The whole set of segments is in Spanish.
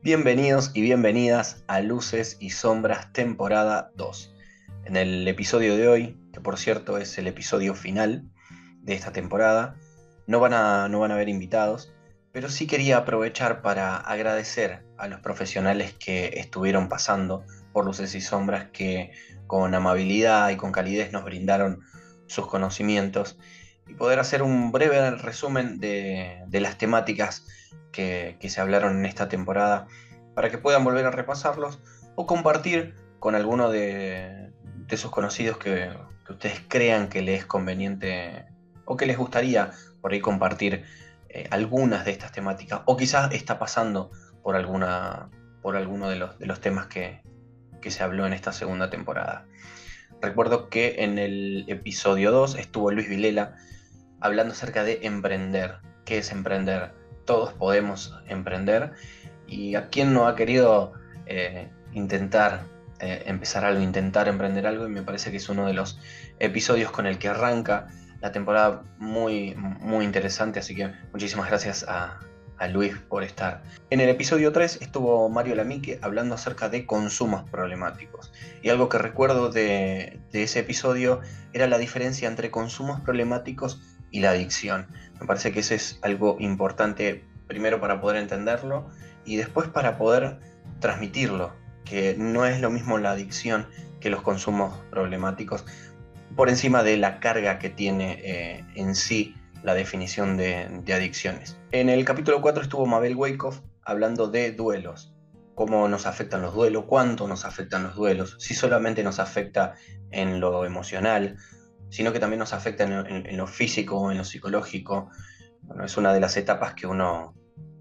Bienvenidos y bienvenidas a Luces y Sombras temporada 2. En el episodio de hoy, que por cierto es el episodio final de esta temporada, no van a haber invitados, pero sí quería aprovechar para agradecer a los profesionales que estuvieron pasando por Luces y Sombras, que con amabilidad y con calidez nos brindaron sus conocimientos y poder hacer un breve resumen de las temáticas que se hablaron en esta temporada para que puedan volver a repasarlos o compartir con alguno de sus conocidos que ustedes crean que les es conveniente o que les gustaría por ahí compartir algunas de estas temáticas, o quizás está pasando por alguno de los temas que se habló en esta segunda temporada. Recuerdo que en el episodio 2 estuvo Luis Vilela hablando acerca de emprender. ¿Qué es emprender? Todos podemos emprender, y a quién no ha querido intentar empezar algo, intentar emprender algo, y me parece que es uno de los episodios con el que arranca la temporada muy, muy interesante, así que muchísimas gracias a Luis por estar. En el episodio 3 estuvo Mario Lamique hablando acerca de consumos problemáticos, y algo que recuerdo de ese episodio era la diferencia entre consumos problemáticos y la adicción. Me parece que eso es algo importante, primero para poder entenderlo y después para poder transmitirlo, que no es lo mismo la adicción que los consumos problemáticos, por encima de la carga que tiene en sí la definición de adicciones. En el capítulo 4 estuvo Mabel Wyckoff hablando de duelos, cómo nos afectan los duelos, cuánto nos afectan los duelos, si solamente nos afecta en lo emocional, sino que también nos afecta en lo físico, en lo psicológico. Bueno, es una de las etapas que uno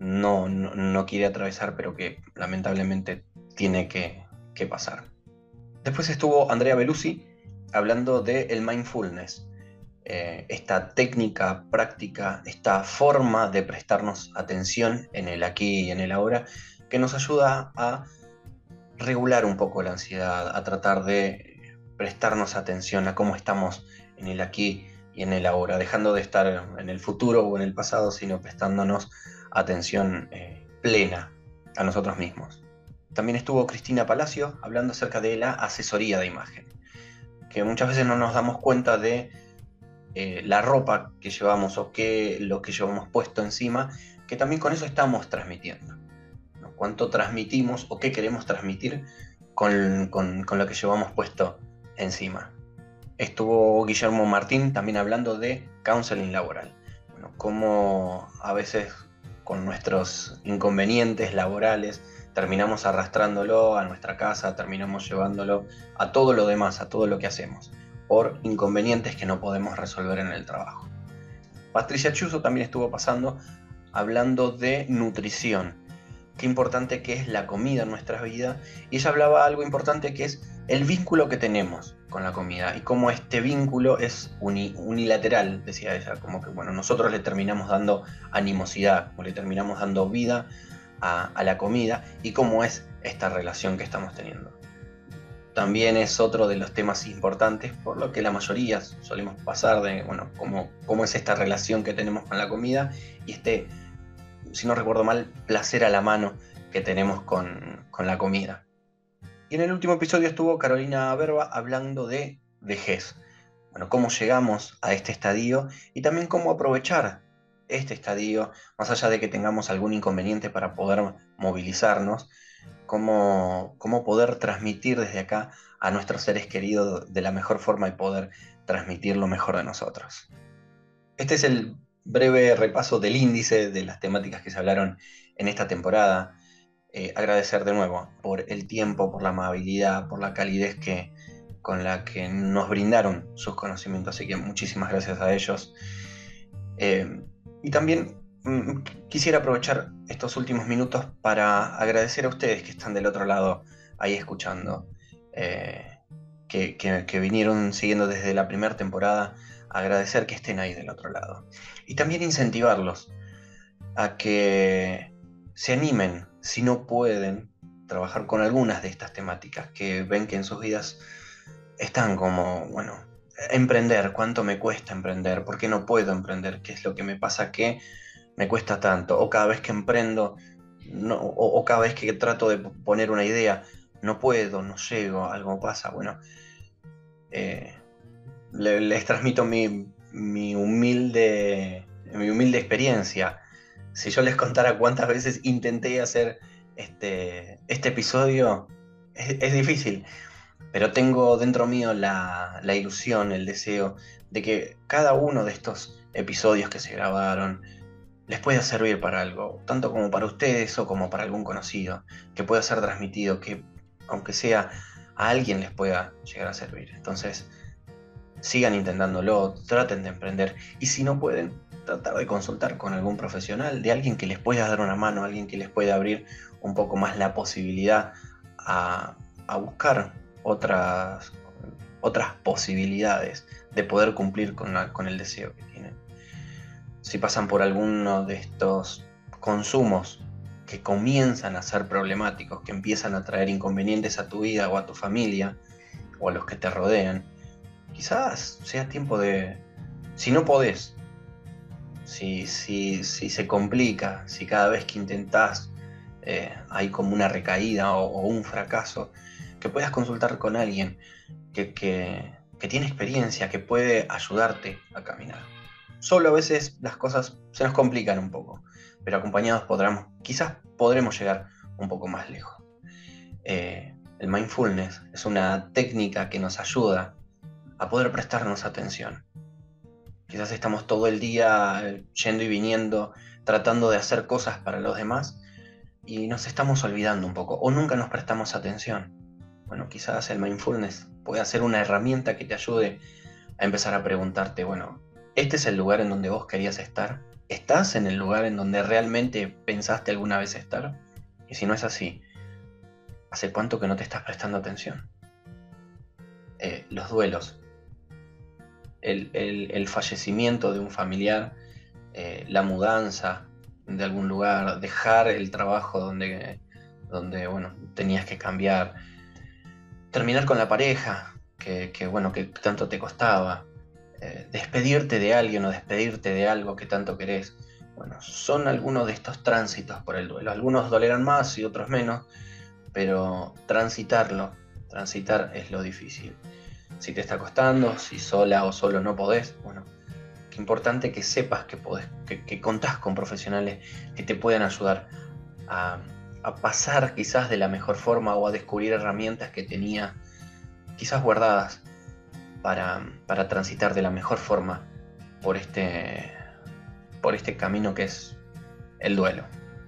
no quiere atravesar, pero que lamentablemente tiene que pasar. Después estuvo Andrea Belusi hablando del mindfulness, esta técnica práctica, esta forma de prestarnos atención en el aquí y en el ahora, que nos ayuda a regular un poco la ansiedad, a tratar de prestarnos atención a cómo estamos en el aquí y en el ahora, dejando de estar en el futuro o en el pasado, sino prestándonos atención plena a nosotros mismos. También estuvo Cristina Palacio hablando acerca de la asesoría de imagen, que muchas veces no nos damos cuenta de la ropa que llevamos o lo que llevamos puesto encima, que también con eso estamos transmitiendo, ¿no? Cuánto transmitimos o qué queremos transmitir con lo que llevamos puesto encima. Estuvo Guillermo Martín también hablando de counseling laboral. Bueno, cómo a veces con nuestros inconvenientes laborales terminamos arrastrándolo a nuestra casa, terminamos llevándolo a todo lo demás, a todo lo que hacemos, por inconvenientes que no podemos resolver en el trabajo. Patricia Chuso también estuvo pasando hablando de nutrición, qué importante que es la comida en nuestras vidas, y ella hablaba algo importante que es el vínculo que tenemos con la comida y cómo este vínculo es unilateral, decía ella, como que bueno, nosotros le terminamos dando animosidad, o le terminamos dando vida a la comida, y cómo es esta relación que estamos teniendo. También es otro de los temas importantes por lo que la mayoría solemos pasar de, bueno, cómo es esta relación que tenemos con la comida y si no recuerdo mal, placer a la mano que tenemos con la comida. Y en el último episodio estuvo Carolina Berba hablando de vejez. Bueno, cómo llegamos a este estadio y también cómo aprovechar este estadio, más allá de que tengamos algún inconveniente para poder movilizarnos, cómo poder transmitir desde acá a nuestros seres queridos de la mejor forma y poder transmitir lo mejor de nosotros. Este es el breve repaso del índice de las temáticas que se hablaron en esta temporada. Agradecer de nuevo por el tiempo, por la amabilidad, por la calidez con la que nos brindaron sus conocimientos, así que muchísimas gracias a ellos. Y también quisiera aprovechar estos últimos minutos para agradecer a ustedes que están del otro lado ahí escuchando, que vinieron siguiendo desde la primera temporada. Agradecer que estén ahí del otro lado y también incentivarlos a que se animen, si no pueden trabajar con algunas de estas temáticas, que ven que en sus vidas están como, bueno, emprender, ¿cuánto me cuesta emprender? ¿Por qué no puedo emprender? ¿Qué es lo que me pasa que me cuesta tanto? O cada vez que emprendo o cada vez que trato de poner una idea, no puedo, no llego, algo pasa. Bueno, eh, les transmito mi humilde experiencia. Si yo les contara cuántas veces intenté hacer este episodio, es difícil, pero tengo dentro mío la ilusión, el deseo de que cada uno de estos episodios que se grabaron les pueda servir para algo, tanto como para ustedes o como para algún conocido, que pueda ser transmitido, que aunque sea a alguien les pueda llegar a servir. Entonces, sigan intentándolo, traten de emprender y si no pueden, tratar de consultar con algún profesional, de alguien que les pueda dar una mano, alguien que les pueda abrir un poco más la posibilidad a, a buscar otras posibilidades de poder cumplir con el deseo que tienen. Si pasan por alguno de estos consumos que comienzan a ser problemáticos, que empiezan a traer inconvenientes a tu vida o a tu familia o a los que te rodean, quizás sea tiempo de, si no podés, si se complica, si cada vez que intentás hay como una recaída o un fracaso, que puedas consultar con alguien que tiene experiencia, que puede ayudarte a caminar. Solo a veces las cosas se nos complican un poco, pero acompañados quizás podremos llegar un poco más lejos. El mindfulness es una técnica que nos ayuda a poder prestarnos atención. Quizás estamos todo el día yendo y viniendo, tratando de hacer cosas para los demás y nos estamos olvidando un poco o nunca nos prestamos atención. Bueno, quizás el mindfulness puede ser una herramienta que te ayude a empezar a preguntarte, bueno, ¿este es el lugar en donde vos querías estar? ¿Estás en el lugar en donde realmente pensaste alguna vez estar? Y si no es así, ¿hace cuánto que no te estás prestando atención? Los duelos, el fallecimiento de un familiar, la mudanza de algún lugar, dejar el trabajo donde bueno, tenías que cambiar, terminar con la pareja bueno, que tanto te costaba, despedirte de alguien o despedirte de algo que tanto querés. Bueno, son algunos de estos tránsitos por el duelo. Algunos dolerán más y otros menos, pero transitar es lo difícil. Si te está costando, si sola o solo no podés, bueno, qué importante que sepas que podés, que contás con profesionales que te puedan ayudar a pasar quizás de la mejor forma o a descubrir herramientas que tenía quizás guardadas para transitar de la mejor forma por este camino que es el duelo.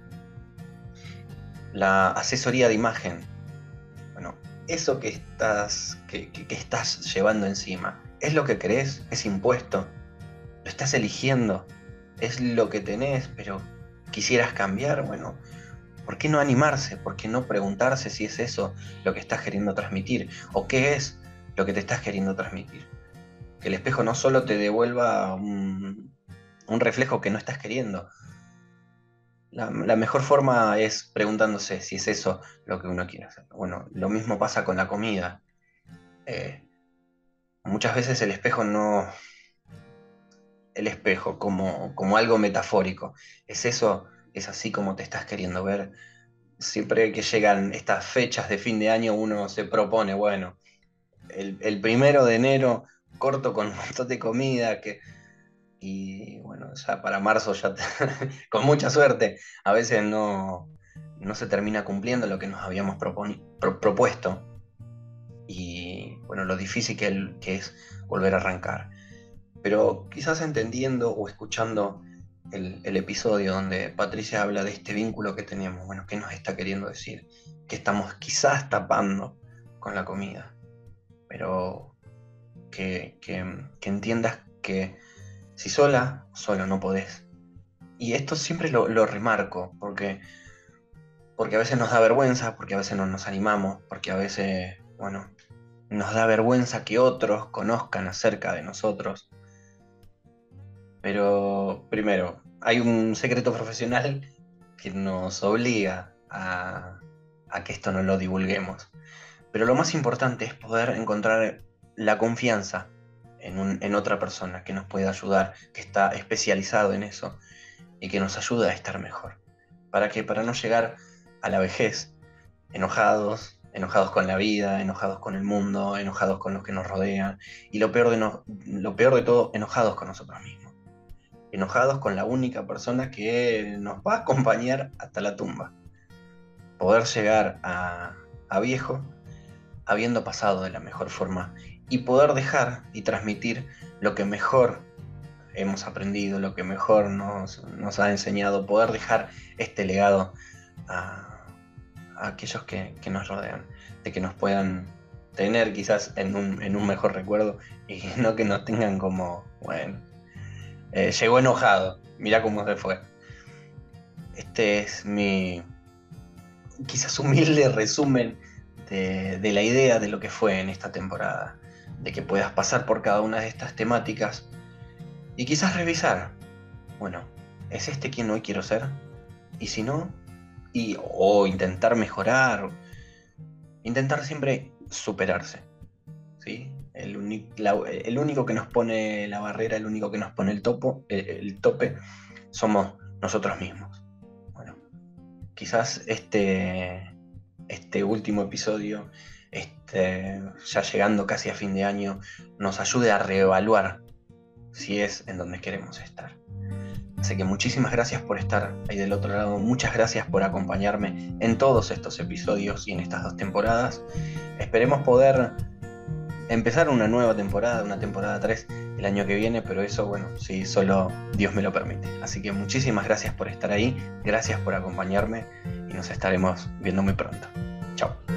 La asesoría de imagen, bueno, eso que estás llevando encima, ¿es lo que querés? ¿Es impuesto? ¿Lo estás eligiendo? ¿Es lo que tenés, pero quisieras cambiar? Bueno, ¿por qué no animarse? ¿Por qué no preguntarse si es eso lo que estás queriendo transmitir? ¿O qué es lo que te estás queriendo transmitir? Que el espejo no solo te devuelva un reflejo que no estás queriendo. La mejor forma es preguntándose si es eso lo que uno quiere hacer. Bueno, lo mismo pasa con la comida. Muchas veces el espejo no... El espejo como algo metafórico. ¿Es eso? ¿Es así como te estás queriendo ver? Siempre que llegan estas fechas de fin de año uno se propone, bueno, el 1 de enero corto con un montón de comida y bueno, ya para marzo ya con mucha suerte a veces no se termina cumpliendo lo que nos habíamos propuesto y bueno, lo difícil que es volver a arrancar. Pero quizás entendiendo o escuchando el episodio donde Patricia habla de este vínculo que tenemos, bueno, ¿qué nos está queriendo decir? Que estamos quizás tapando con la comida, pero que entiendas que si solo no podés. Y esto siempre lo remarco, porque a veces nos da vergüenza, porque a veces no nos animamos, porque a veces, bueno, nos da vergüenza que otros conozcan acerca de nosotros. Pero primero, hay un secreto profesional que nos obliga a que esto no lo divulguemos. Pero lo más importante es poder encontrar la confianza en otra persona que nos pueda ayudar, que está especializado en eso y que nos ayuda a estar mejor. ¿Para qué? Para no llegar a la vejez enojados con la vida, enojados con el mundo, enojados con los que nos rodean, y lo peor de todo, enojados con nosotros mismos, enojados con la única persona que nos va a acompañar hasta la tumba. Poder llegar a viejo habiendo pasado de la mejor forma y poder dejar y transmitir lo que mejor hemos aprendido, lo que mejor nos ha enseñado, poder dejar este legado a aquellos que nos rodean, de que nos puedan tener quizás en un mejor recuerdo y no que nos tengan como, bueno, llegó enojado, mirá cómo se fue. Este es mi quizás humilde resumen de la idea de lo que fue en esta temporada, de que puedas pasar por cada una de estas temáticas y quizás revisar, bueno, ¿es este quien hoy quiero ser? Y si no, o intentar mejorar, intentar siempre superarse, ¿sí? El único que nos pone la barrera, el único que nos pone el tope, somos nosotros mismos. Bueno, quizás este último episodio, ya llegando casi a fin de año, nos ayude a reevaluar si es en donde queremos estar. Así que muchísimas gracias por estar ahí del otro lado, muchas gracias por acompañarme en todos estos episodios y en estas 2 temporadas. Esperemos poder empezar una nueva temporada, una temporada 3 el año que viene, pero eso, bueno, si solo Dios me lo permite. Así que muchísimas gracias por estar ahí, gracias por acompañarme y nos estaremos viendo muy pronto. Chao.